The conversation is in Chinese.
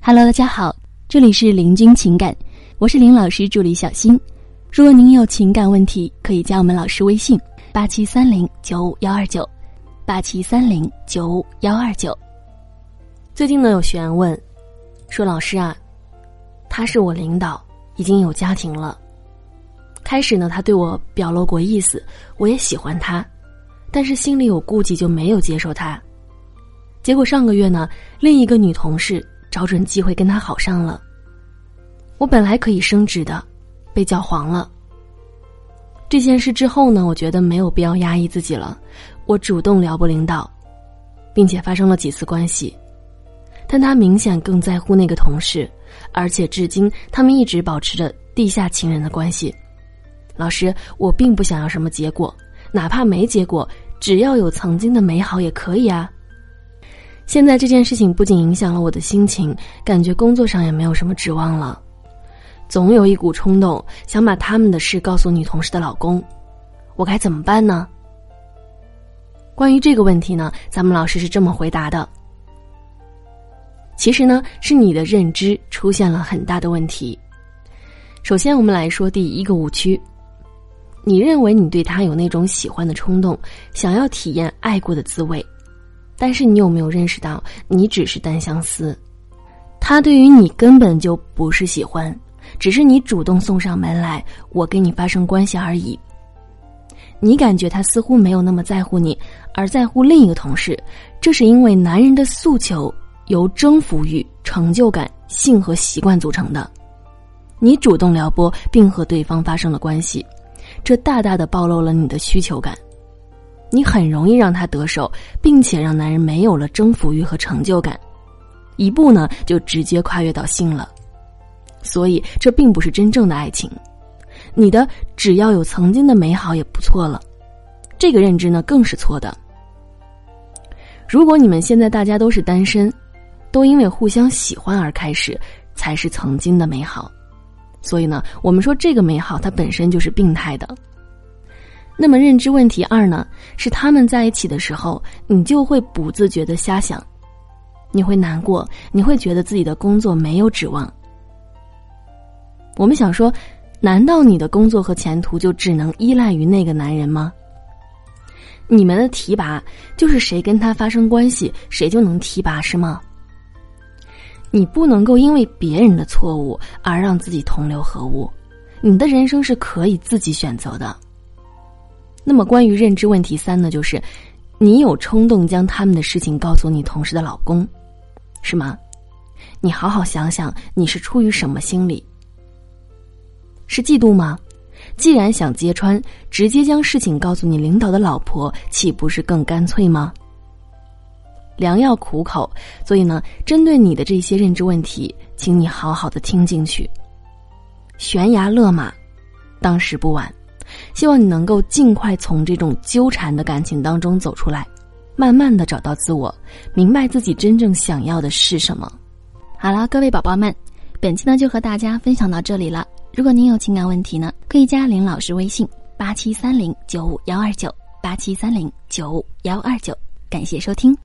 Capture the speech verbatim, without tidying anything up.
Hello， 大家好，这里是林君情感，我是林老师助理小新。如果您有情感问题，可以加我们老师微信八七三零九五幺二九，八七三零九五幺二九。 最近呢，有学员问说，老师啊，他是我领导，已经有家庭了。开始呢，他对我表露过意思，我也喜欢他，但是心里有顾忌，就没有接受他。结果上个月呢，另一个女同事找准机会跟他好上了。我本来可以升职的，被叫黄了。这件事之后呢，我觉得没有必要压抑自己了，我主动撩拨领导，并且发生了几次关系。但他明显更在乎那个同事，而且至今他们一直保持着地下情人的关系。老师，我并不想要什么结果，哪怕没结果，只要有曾经的美好也可以啊。现在这件事情不仅影响了我的心情，感觉工作上也没有什么指望了。总有一股冲动，想把他们的事告诉女同事的老公，我该怎么办呢？关于这个问题呢，咱们老师是这么回答的。其实呢，是你的认知出现了很大的问题。首先我们来说第一个误区，你认为你对他有那种喜欢的冲动，想要体验爱过的滋味，但是你有没有认识到你只是单相思，他对于你根本就不是喜欢，只是你主动送上门来，我跟你发生关系而已。你感觉他似乎没有那么在乎你，而在乎另一个同事，这是因为男人的诉求由征服欲、成就感、性和习惯组成的。你主动撩拨并和对方发生了关系，这大大的暴露了你的需求感。你很容易让他得手，并且让男人没有了征服欲和成就感，一步呢就直接跨越到性了。所以这并不是真正的爱情，你的只要有曾经的美好也不错了，这个认知呢更是错的。如果你们现在大家都是单身，都因为互相喜欢而开始，才是曾经的美好。所以呢，我们说这个美好它本身就是病态的。那么认知问题二呢，是他们在一起的时候，你就会不自觉地瞎想，你会难过，你会觉得自己的工作没有指望。我们想说，难道你的工作和前途就只能依赖于那个男人吗？你们的提拔就是谁跟他发生关系，谁就能提拔是吗？你不能够因为别人的错误而让自己同流合污，你的人生是可以自己选择的。那么关于认知问题三呢，就是你有冲动将他们的事情告诉你同事的老公，是吗？你好好想想，你是出于什么心理？是嫉妒吗？既然想揭穿，直接将事情告诉你领导的老婆，岂不是更干脆吗？良药苦口，所以呢，针对你的这些认知问题，请你好好的听进去。悬崖勒马，当时不晚。希望你能够尽快从这种纠缠的感情当中走出来，慢慢的找到自我，明白自己真正想要的是什么。 好了，各位宝宝们，本期呢就和大家分享到这里了。如果您有情感问题呢，可以加林老师微信八七三零九五幺二九，八七三零九五幺二九。感谢收听。